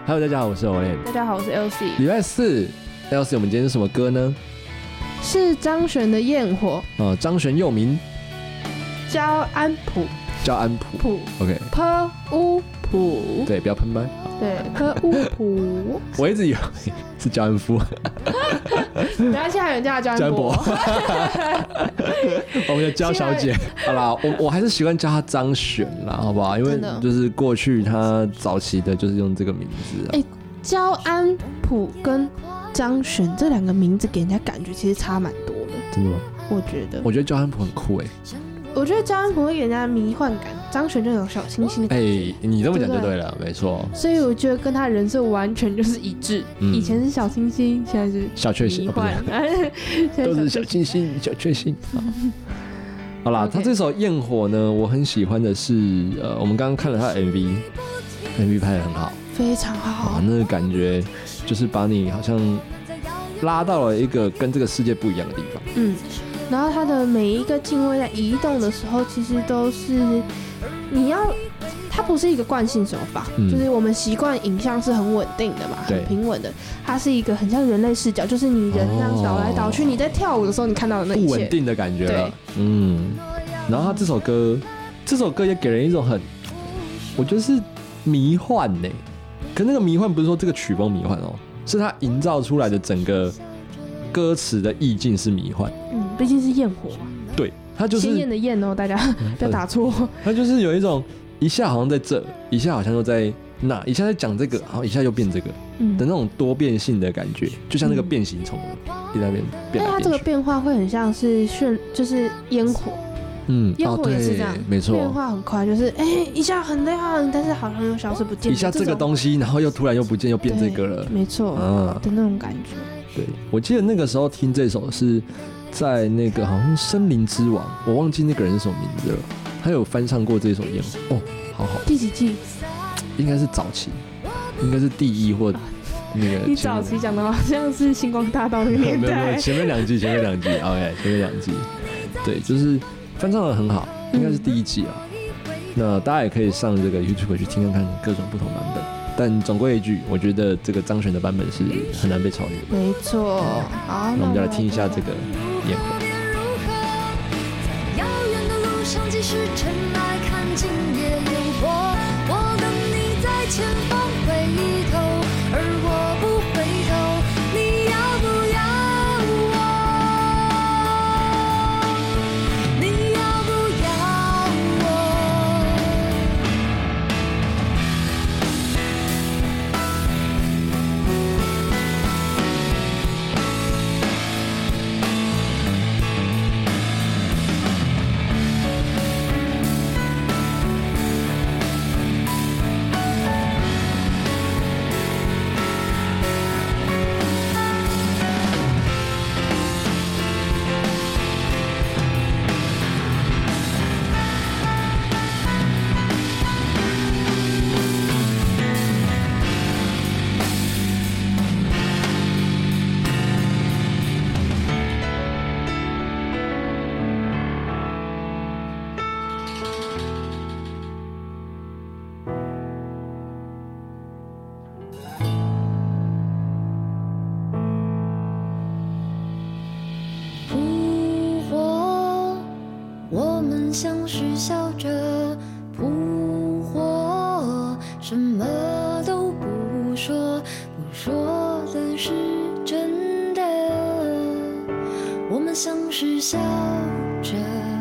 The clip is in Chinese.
Hello， 大家好，我是 Olen。 大家好，我是 Elsie。 礼拜四 ，Elsie， 我们今天是什么歌呢？ 是张悬的《焰火》。 张悬又名焦安普。 焦安普。OK。 坡乌普。 对，不要喷麦。 对，坡乌普。 我一直以为是焦安夫。 然后现在有人叫他焦安博。 我们的焦小姐。好啦，我还是习惯叫她张悬啦，好不好？因为就是过去她早期的就是用这个名字啊。 焦安普跟张悬这两个名字给人家感觉其实差蛮多的。 真的吗？ 我觉得焦安普很酷我觉得焦安普会给人家迷幻感，张悬就有小清新的感觉。 你这么讲就对了，没错。 所以我觉得跟他人设完全就是一致。以前是小清新，现在是小确幸， 迷幻， 都是小清新、小确幸。好啦，他这首《焰火》呢，我很喜欢的是，我们刚刚看了他的 MV 拍得很好， 非常好。 那个感觉就是把你好像拉到了一个跟这个世界不一样的地方。 然后它的每一个镜位在移动的时候，其实都是它不是一个惯性手法，就是我们习惯影像是很稳定的嘛，很平稳的。它是一个很像人类视角，就是你人这样倒来倒去，你在跳舞的时候你看到的那一切， 不稳定的感觉了。然后他这首歌也给人一种我觉得是迷幻呢。可那个迷幻不是说这个曲风迷幻哦，是它营造出来的整个歌词的意境是迷幻。 毕竟是焰火嘛。 对，它就是鲜艳的艳哦，大家不要打错。 它就是有一种一下好像在这，一下好像又在那，一下在讲这个，然后一下又变这个的那种多变性的感觉，就像那个变形虫在那边变来变去。 它这个变化会很像是就是烟火。烟火也是这样，没错，变化很快，就是一下很亮，但是好像又消失不见。 一下这个东西，然后又突然又不见，又变这个了， 没错，的那种感觉。 对，我记得那个时候听这首是在那个好像《森林之王》，我忘记那个人是什么名字了，他有翻唱过这首《烟火》好好。 第几季？ 应该是早期，应该是第一或那个。 你早期讲的好像是星光大道那个年代。 没有，前面两季 ，OK， 前面两季，对，就是翻唱的很好，应该是第一季啊。那大家也可以上这个 YouTube 去听看看各种不同版本。但总归一句，我觉得这个张悬的版本是很难被超越的。 没错，好， 那我们就来听一下这个焰火。 在遥远的路上，即使尘埃看尽也烟火。我等你在前方回头，而我不回头。你要不要我？你要不要像是笑着扑火，什么都不说，不说的是真的。我们像是笑着。